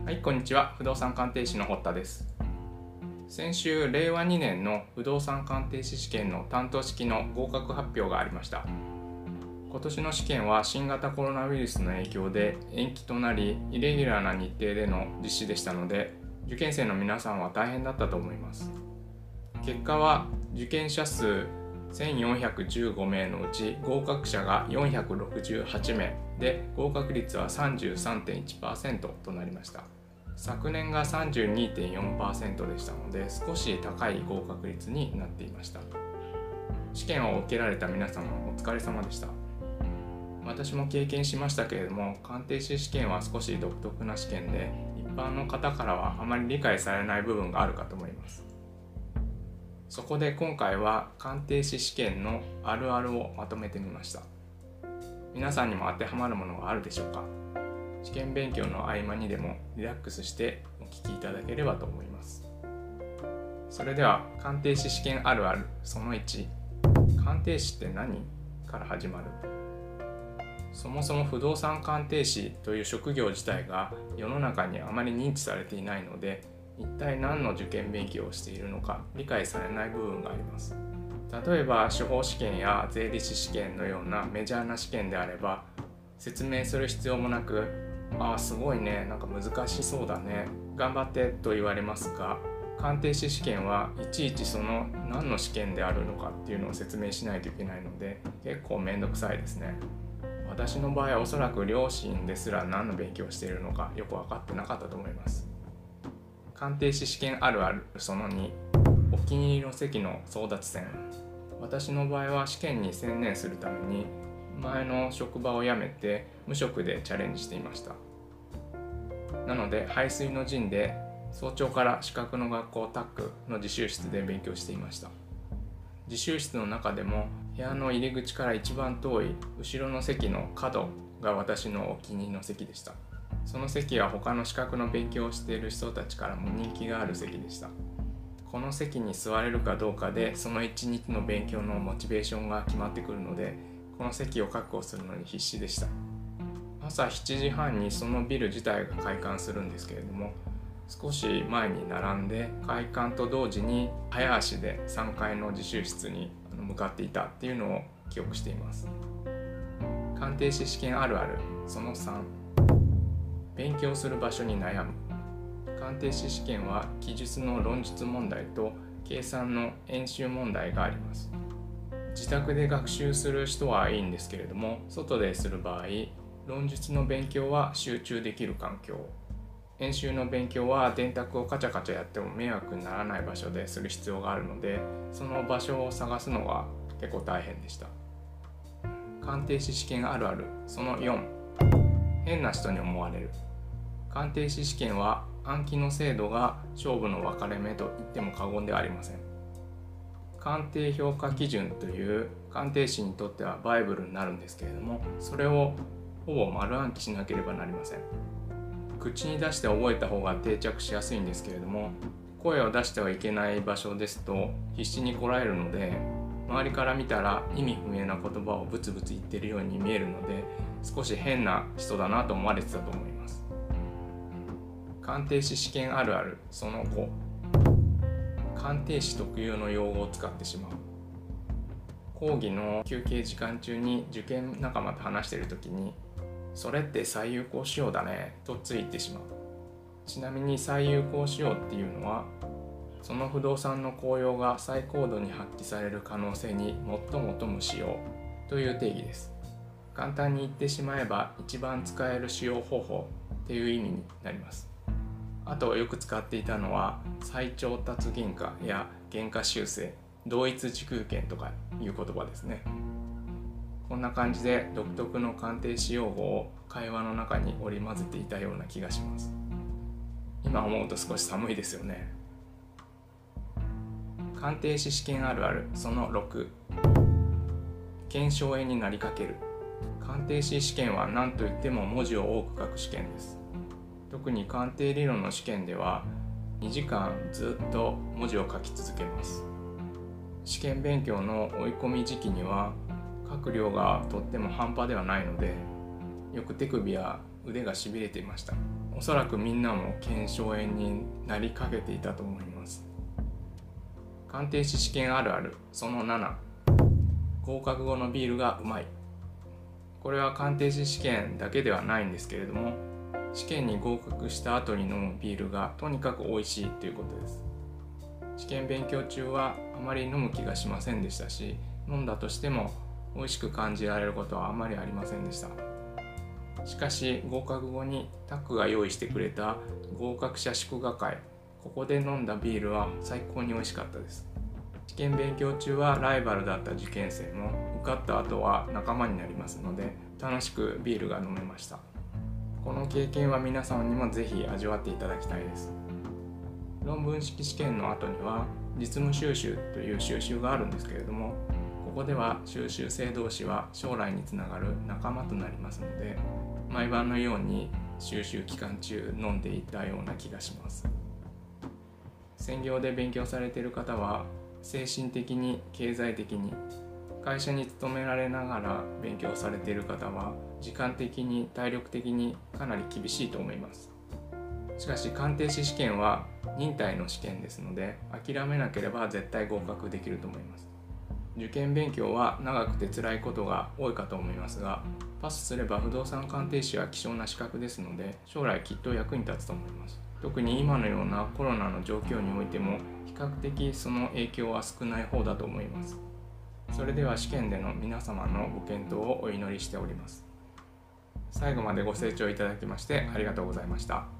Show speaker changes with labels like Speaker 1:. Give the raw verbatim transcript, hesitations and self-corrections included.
Speaker 1: はい、こんにちは。不動産鑑定士の堀田です。先週、れいわにねんの不動産鑑定士試験の担当式の合格発表がありました。今年の試験は新型コロナウイルスの影響で延期となり、イレギュラーな日程での実施でしたので、受験生の皆さんは大変だったと思います。結果は、受験者数せんよんひゃくじゅうごめいのうち合格者がよんひゃくろくじゅうはちめいで、合格率は さんじゅうさんてんいちパーセント となりました。昨年が さんじゅうにてんよんパーセント でしたので、少し高い合格率になっていました。試験を受けられた皆様お疲れ様でした。私も経験しましたけれども、鑑定士試験は少し独特な試験で、一般の方からはあまり理解されない部分があるかと思います。そこで今回は鑑定士試験のあるあるをまとめてみました。皆さんにも当てはまるものがあるでしょうか。試験勉強の合間にでもリラックスしてお聞きいただければと思います。それでは鑑定士試験あるあるそのいち、鑑定士って何？から始まる。そもそも不動産鑑定士という職業自体が世の中にあまり認知されていないので、一体何の受験勉強をしているのか理解されない部分があります。例えば司法試験や税理士試験のようなメジャーな試験であれば、説明する必要もなく、ああすごいね、なんか難しそうだね、頑張ってと言われますが、鑑定士試験はいちいちその何の試験であるのかっていうのを説明しないといけないので、結構めんどくさいですね。私の場合はおそらく両親ですら何の勉強をしているのかよく分かってなかったと思います。鑑定士試験あるあるそのに、お気に入りの席の争奪戦。私の場合は試験に専念するために前の職場を辞めて無職でチャレンジしていました。なので背水の陣で早朝から資格の学校タックの自習室で勉強していました。自習室の中でも部屋の入り口から一番遠い後ろの席の角が私のお気に入りの席でした。その席は他の資格の勉強をしている人たちからも人気がある席でした。この席に座れるかどうかでその一日の勉強のモチベーションが決まってくるので、この席を確保するのに必死でした。朝しちじはんにそのビル自体が開館するんですけれども、少し前に並んで開館と同時に早足でさんがいの自習室に向かっていたっていうのを記憶しています。鑑定士試験あるあるそのさん、勉強する場所に悩む。鑑定士試験は記述の論述問題と計算の演習問題があります。自宅で学習する人はいいんですけれども、外でする場合、論述の勉強は集中できる環境、演習の勉強は電卓をカチャカチャやっても迷惑にならない場所でする必要があるので、その場所を探すのが結構大変でした。鑑定士試験あるあるそのよん、変な人に思われる。鑑定士試験は暗記の精度が勝負の分かれ目と言っても過言ではありません。鑑定評価基準という鑑定士にとってはバイブルになるんですけれども、それをほぼ丸暗記しなければなりません。口に出して覚えた方が定着しやすいんですけれども、声を出してはいけない場所ですと必死にこらえるので、周りから見たら意味不明な言葉をブツブツ言ってるように見えるので、少し変な人だなと思われてたと思います。鑑定士試験あるあるそのご、鑑定士特有の用語を使ってしまう。講義の休憩時間中に受験仲間と話している時に、それって最有効使用だねとついてしまう。ちなみに最有効使用っていうのは、その不動産の効用が最高度に発揮される可能性に最も富む使用という定義です。簡単に言ってしまえば、一番使える使用方法っていう意味になります。あとよく使っていたのは再調達原価や原価修正、同一時空権とかいう言葉ですね。こんな感じで独特の鑑定士用語を会話の中に織り交ぜていたような気がします。今思うと少し寒いですよね。鑑定士試験あるあるそのろく、検証絵になりかける。鑑定士試験は何といっても文字を多く書く試験です。特に鑑定理論の試験ではにじかんずっと文字を書き続けます。試験勉強の追い込み時期には書く量がとっても半端ではないので、翌く手首や腕がしびれていました。おそらくみんなも腱鞘炎になりかけていたと思います。鑑定士試験あるあるそのなな、合格後のビールがうまい。これは鑑定士試験だけではないんですけれども、試験に合格した後に飲むビールがとにかく美味しいということです。試験勉強中はあまり飲む気がしませんでしたし、飲んだとしても美味しく感じられることはあまりありませんでした。しかし合格後にタックが用意してくれた合格者祝賀会、ここで飲んだビールは最高に美味しかったです。試験勉強中はライバルだった受験生も受かった後は仲間になりますので、楽しくビールが飲めました。この経験は皆さんにもぜひ味わっていただきたいです。論文式試験の後には実務修習という修習があるんですけれども、ここでは修習生同士は将来につながる仲間となりますので、毎晩のように修習期間中飲んでいたような気がします。専業で勉強されている方は精神的に経済的に、会社に勤められながら勉強されている方は時間的に体力的にかなり厳しいと思います。しかし鑑定士試験は忍耐の試験ですので、諦めなければ絶対合格できると思います。受験勉強は長くて辛いことが多いかと思いますが、パスすれば不動産鑑定士は希少な資格ですので、将来きっと役に立つと思います。特に今のようなコロナの状況においても比較的その影響は少ない方だと思います。それでは試験での皆様のご健闘をお祈りしております。最後までご清聴いただきましてありがとうございました。